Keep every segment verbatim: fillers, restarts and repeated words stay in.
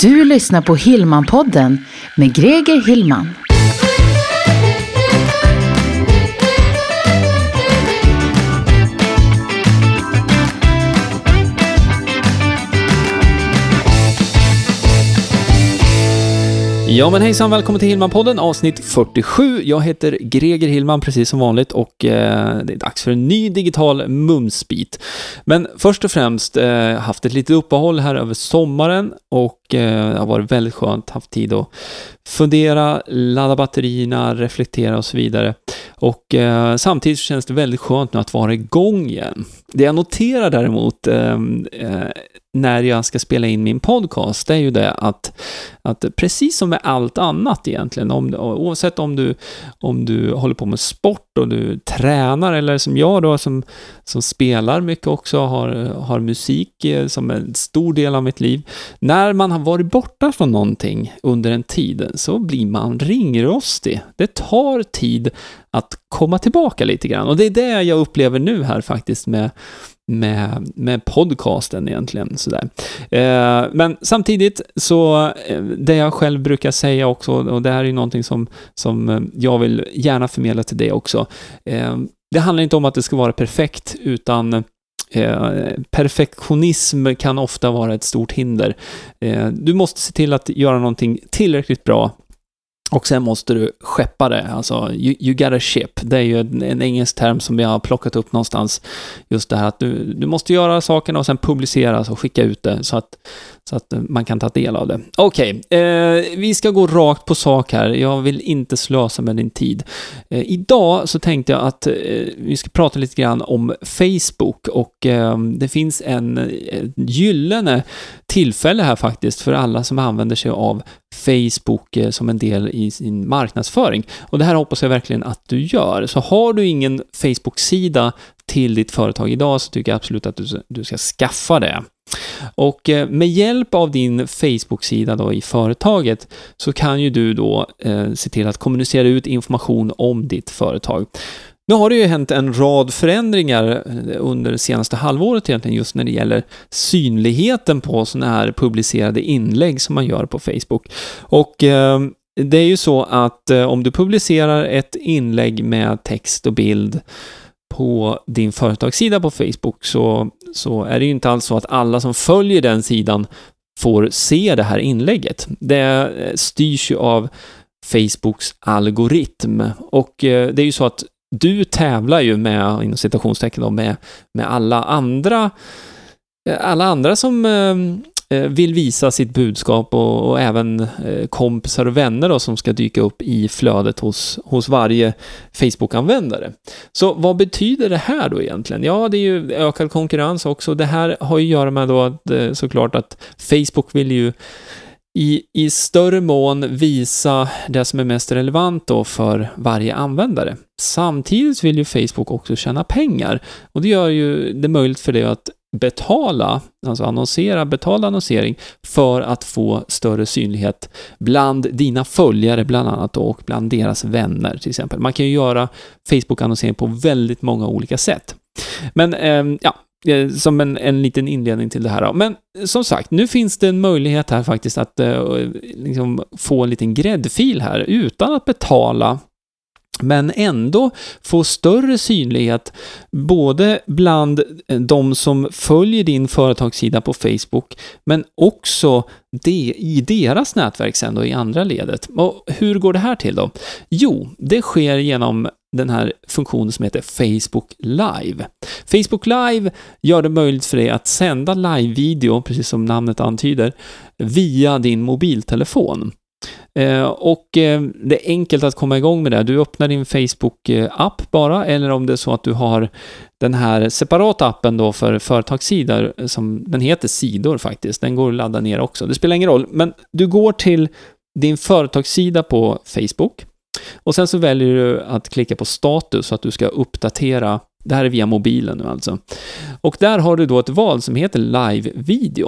Du lyssnar på Hillman-podden med Greger Hillman. Ja men hejsan, välkommen till Hillman-podden, avsnitt fyrtiosju. Jag heter Greger Hillman precis som vanligt och eh, det är dags för en ny digital mumsbit. Men först och främst eh, haft ett litet uppehåll här över sommaren och eh, det har varit väldigt skönt, haft tid att fundera, ladda batterierna, reflektera och så vidare. Och eh, samtidigt känns det väldigt skönt nu att vara igång igen. Det jag noterar däremot eh, eh, när jag ska spela in min podcast, det är ju det att, att precis som med allt annat egentligen, om, oavsett om du, om du håller på med sport och du tränar eller som jag då som, som spelar mycket också, har, har musik som en stor del av mitt liv. När man har varit borta från någonting under en tid så blir man ringrostig. Det tar tid att komma tillbaka lite grann och det är det jag upplever nu här faktiskt med Med, med podcasten egentligen sådär. Eh, men samtidigt så eh, det jag själv brukar säga också, och det här är någonting som, som jag vill gärna förmedla till dig också. Eh, det handlar inte om att det ska vara perfekt, utan eh, perfektionism kan ofta vara ett stort hinder. Eh, du måste se till att göra någonting tillräckligt bra. Och sen måste du skeppa det, alltså you, you gotta ship. Det är ju en, en engelsk term som jag har plockat upp någonstans. Just det här att du, du måste göra sakerna och sen publicera och skicka ut det så att, så att man kan ta del av det. Okej, okay, eh, vi ska gå rakt på sak här. Jag vill inte slösa med din tid. Eh, idag så tänkte jag att eh, vi ska prata lite grann om Facebook och eh, det finns en eh, gyllene tillfälle här faktiskt för alla som använder sig av Facebook eh, som en del i sin marknadsföring. Och det här hoppas jag verkligen att du gör. Så har du ingen Facebook-sida till ditt företag idag så tycker jag absolut att du, du ska skaffa det. Och eh, med hjälp av din Facebook-sida då i företaget så kan ju du då eh, se till att kommunicera ut information om ditt företag. Nu har det ju hänt en rad förändringar under det senaste halvåret egentligen just när det gäller synligheten på såna här publicerade inlägg som man gör på Facebook. Och eh, det är ju så att eh, om du publicerar ett inlägg med text och bild på din företagssida på Facebook så, så är det ju inte alls så att alla som följer den sidan får se det här inlägget. Det styrs ju av Facebooks algoritm och eh, det är ju så att du tävlar ju med, inom citationstecken då, med, med alla andra alla andra som eh, vill visa sitt budskap och, och även eh, kompisar och vänner då, som ska dyka upp i flödet hos, hos varje Facebook-användare. Så vad betyder det här då egentligen? Ja, det är ju ökad konkurrens också. Det här har ju att göra med då att, såklart att Facebook vill ju I, i större mån visa det som är mest relevant då för varje användare. Samtidigt vill ju Facebook också tjäna pengar och det gör ju det möjligt för dig att betala, alltså annonsera, betala annonsering för att få större synlighet bland dina följare bland annat då, och bland deras vänner till exempel. Man kan ju göra Facebook-annonsering på väldigt många olika sätt. Men eh, ja, som en, en liten inledning till det här. Men som sagt, nu finns det en möjlighet här faktiskt att uh, liksom få en liten gräddfil här utan att betala, men ändå få större synlighet både bland de som följer din företagssida på Facebook men också det i deras nätverk sen då i andra ledet. Och hur går det här till då? Jo, det sker genom den här funktionen som heter Facebook Live. Facebook Live gör det möjligt för dig att sända live-video, precis som namnet antyder, via din mobiltelefon. Eh, och eh, det är enkelt att komma igång med det. Du öppnar din Facebook-app bara, eller om det är så att du har den här separata appen då för företagssidor, som den heter Sidor faktiskt. Den går att ladda ner också. Det spelar ingen roll, men du går till din företagssida på Facebook. Och sen så väljer du att klicka på status så att du ska uppdatera. Det här är via mobilen nu alltså. Och där har du då ett val som heter live-video.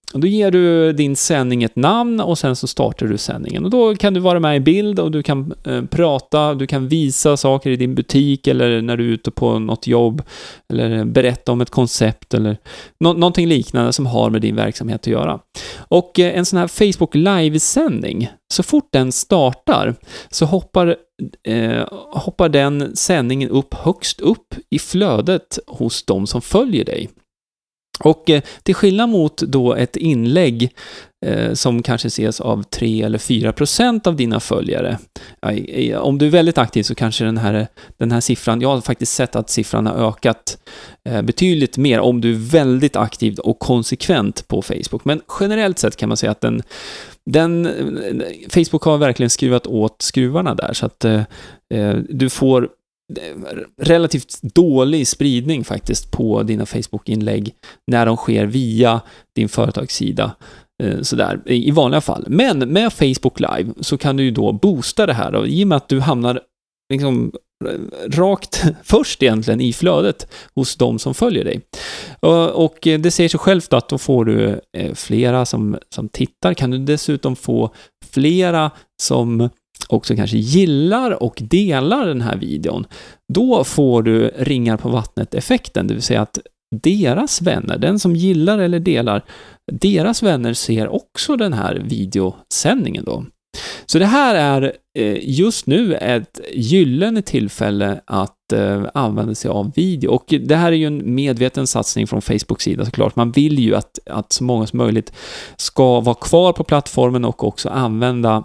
Och då ger du din sändning ett namn och sen så startar du sändningen. Och då kan du vara med i bild och du kan eh, prata, du kan visa saker i din butik eller när du är ute på något jobb eller berätta om ett koncept eller no- någonting liknande som har med din verksamhet att göra. Och eh, en sån här Facebook live-sändning, så fort den startar så hoppar, eh, hoppar den sändningen upp högst upp i flödet hos de som följer dig. Och eh, till skillnad mot då ett inlägg eh, som kanske ses av tre eller fyra procent av dina följare. Ja, i, om du är väldigt aktiv så kanske den här, den här siffran, jag har faktiskt sett att siffran har ökat eh, betydligt mer om du är väldigt aktiv och konsekvent på Facebook. Men generellt sett kan man säga att den, den Facebook har verkligen skruvat åt skruvarna där så att eh, du får relativt dålig spridning faktiskt på dina Facebook-inlägg när de sker via din företagssida sådär, i vanliga fall. Men med Facebook Live så kan du ju då boosta det här och i och med att du hamnar liksom rakt först egentligen i flödet hos de som följer dig. Och det säger sig självt att då får du flera som, som tittar. Kan du dessutom få flera som också kanske gillar och delar den här videon, då får du ringar på vattnet-effekten, det vill säga att deras vänner, den som gillar eller delar, deras vänner ser också den här videosändningen då. Så det här är just nu ett gyllene tillfälle att använda sig av video. Och det här är ju en medveten satsning från Facebooks sida såklart. Man vill ju att, att så många som möjligt ska vara kvar på plattformen och också använda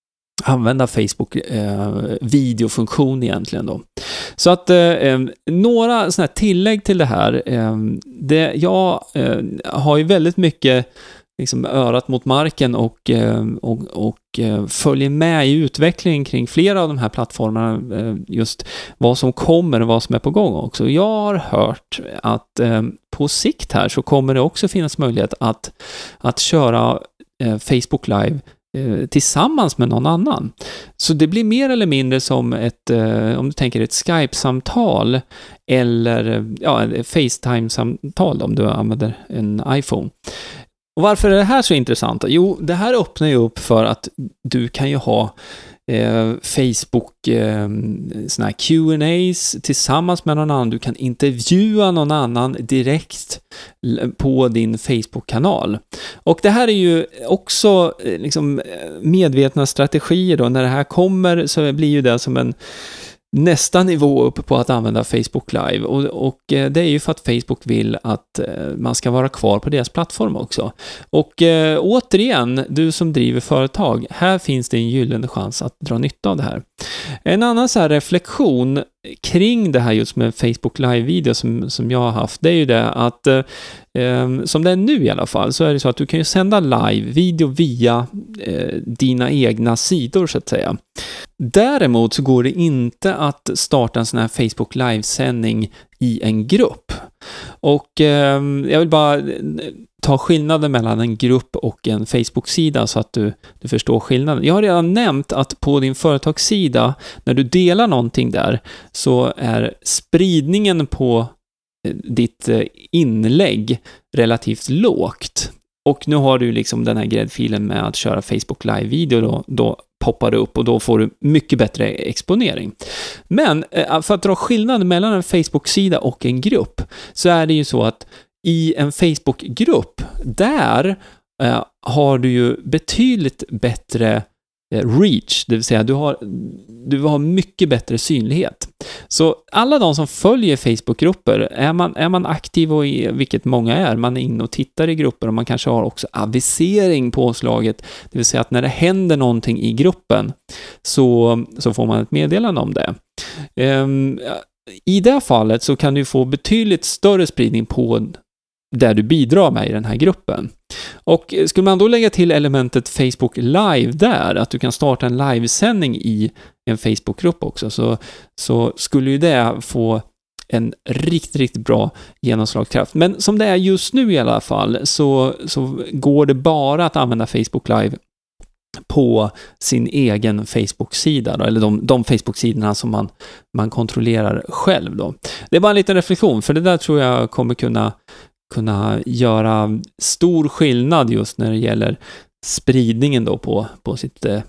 använda Facebook eh, videofunktion egentligen då. Så att eh, några såna här tillägg till det här. Eh, det, jag eh, har ju väldigt mycket liksom örat mot marken och, eh, och, och eh, följer med i utvecklingen kring flera av de här plattformarna. Eh, just vad som kommer och vad som är på gång också. Jag har hört att eh, på sikt här så kommer det också finnas möjlighet att, att köra eh, Facebook Live tillsammans med någon annan. Så det blir mer eller mindre som ett, om du tänker ett Skype-samtal eller ja, ett FaceTime-samtal om du använder en iPhone. Och varför är det här så intressant? Jo, det här öppnar ju upp för att du kan ju ha eh, Facebook eh, såna här Q and A's tillsammans med någon annan. Du kan intervjua någon annan direkt på din Facebook-kanal. Och det här är ju också eh, liksom medvetna strategier då. När det här kommer så blir ju det som en nästa nivå upp på att använda Facebook Live och, och det är ju för att Facebook vill att man ska vara kvar på deras plattform också. Och äh, återigen, du som driver företag, här finns det en gyllene chans att dra nytta av det här. En annan så här reflektion kring det här just med Facebook Live-video som, som jag har haft, det är ju det att eh, som det är nu i alla fall så är det så att du kan ju sända live-video via eh, dina egna sidor så att säga. Däremot så går det inte att starta en sån här Facebook Live-sändning i en grupp. Och eh, jag vill bara ta skillnaden mellan en grupp och en Facebook-sida så att du, du förstår skillnaden. Jag har redan nämnt att på din företagssida, när du delar någonting där, så är spridningen på ditt inlägg relativt lågt. Och nu har du liksom den här gräddfilen med att köra Facebook Live-video då, då poppar det upp och då får du mycket bättre exponering. Men för att dra skillnaden mellan en Facebook-sida och en grupp så är det ju så att i en Facebook-grupp där eh, har du ju betydligt bättre eh, reach, det vill säga du har, du har mycket bättre synlighet. Så alla de som följer Facebook-grupper, är man, är man aktiv och i, vilket många är, man är inne och tittar i grupper och man kanske har också avisering på slaget, det vill säga att när det händer någonting i gruppen så, så får man ett meddelande om det. Um, I det fallet så kan du få betydligt större spridning på där du bidrar med i den här gruppen. Och skulle man då lägga till elementet Facebook Live där, att du kan starta en livesändning i en Facebookgrupp också, så, så skulle ju det få en riktigt, riktigt bra genomslagskraft. Men som det är just nu i alla fall så, så går det bara att använda Facebook Live på sin egen Facebook-sida då, eller de, de Facebook-sidorna som man, man kontrollerar själv då. Det är bara en liten reflektion, för det där tror jag kommer kunna kunna göra stor skillnad just när det gäller spridningen då på, på sitt, eh,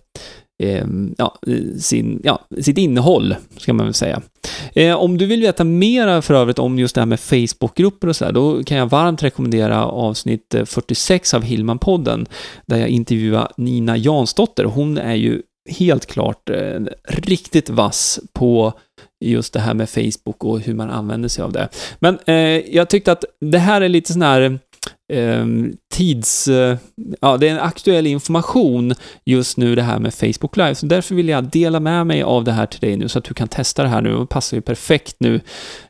ja, sin, ja, sitt innehåll, ska man väl säga. Eh, om du vill veta mer för övrigt om just det här med Facebookgrupper och så där, då kan jag varmt rekommendera avsnitt fyrtiosex av Hillman-podden, där jag intervjuar Nina Jansdotter. Hon är ju helt klart eh, riktigt vass på just det här med Facebook och hur man använder sig av det. Men eh, jag tyckte att det här är lite sån här eh, tids... Eh, ja, det är en aktuell information just nu, det här med Facebook Live. Så därför vill jag dela med mig av det här till dig nu, så att du kan testa det här nu. Det passar ju perfekt nu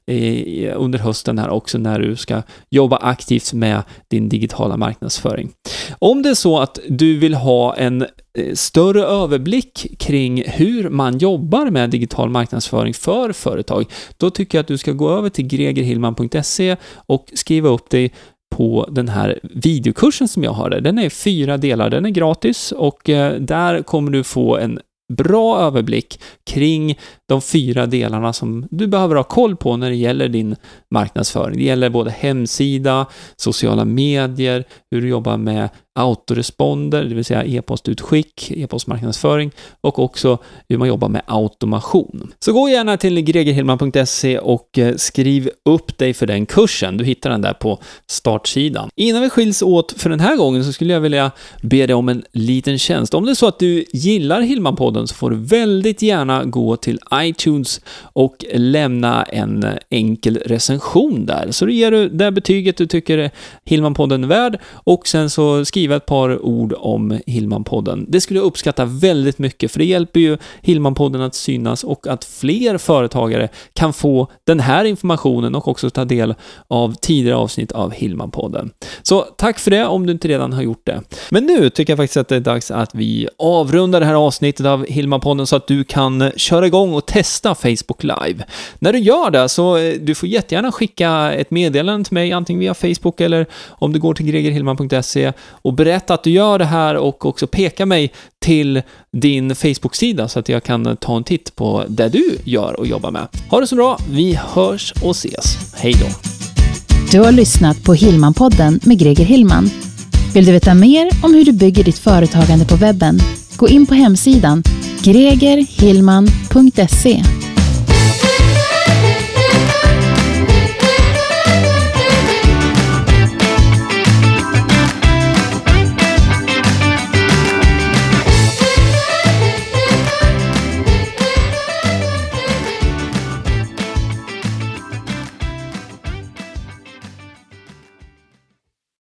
eh, under hösten här också, när du ska jobba aktivt med din digitala marknadsföring. Om det är så att du vill ha en större överblick kring hur man jobbar med digital marknadsföring för företag, då tycker jag att du ska gå över till gregerhillman punkt se och skriva upp dig på den här videokursen som jag har där. Den är fyra delar, den är gratis, och där kommer du få en bra överblick kring de fyra delarna som du behöver ha koll på när det gäller din marknadsföring. Det gäller både hemsida, sociala medier, hur du jobbar med autoresponder, det vill säga e-postutskick, e-postmarknadsföring, och också hur man jobbar med automation. Så gå gärna till gregerhillman punkt se och skriv upp dig för den kursen. Du hittar den där på startsidan. Innan vi skiljs åt för den här gången så skulle jag vilja be dig om en liten tjänst. Om det är så att du gillar Hillman-podden så får du väldigt gärna gå till iTunes och lämna en enkel recension där. Så du ger du det betyget du tycker Hillman-podden är värd, och sen så skriver ett par ord om Hillman-podden. Det skulle jag uppskatta väldigt mycket, för det hjälper ju Hillman-podden att synas och att fler företagare kan få den här informationen och också ta del av tidigare avsnitt av Hillman-podden. Så tack för det om du inte redan har gjort det. Men nu tycker jag faktiskt att det är dags att vi avrundar det här avsnittet av Hillman-podden så att du kan köra igång och testa Facebook Live. När du gör det så du får jättegärna skicka ett meddelande till mig, antingen via Facebook eller om du går till gregerhillman punkt se, och berätta att du gör det här, och också peka mig till din Facebook-sida så att jag kan ta en titt på det du gör och jobbar med. Ha det så bra, vi hörs och ses. Hej då! Du har lyssnat på Hillman-podden med Greger Hillman. Vill du veta mer om hur du bygger ditt företagande på webben? Gå in på hemsidan gregerhillman punkt se.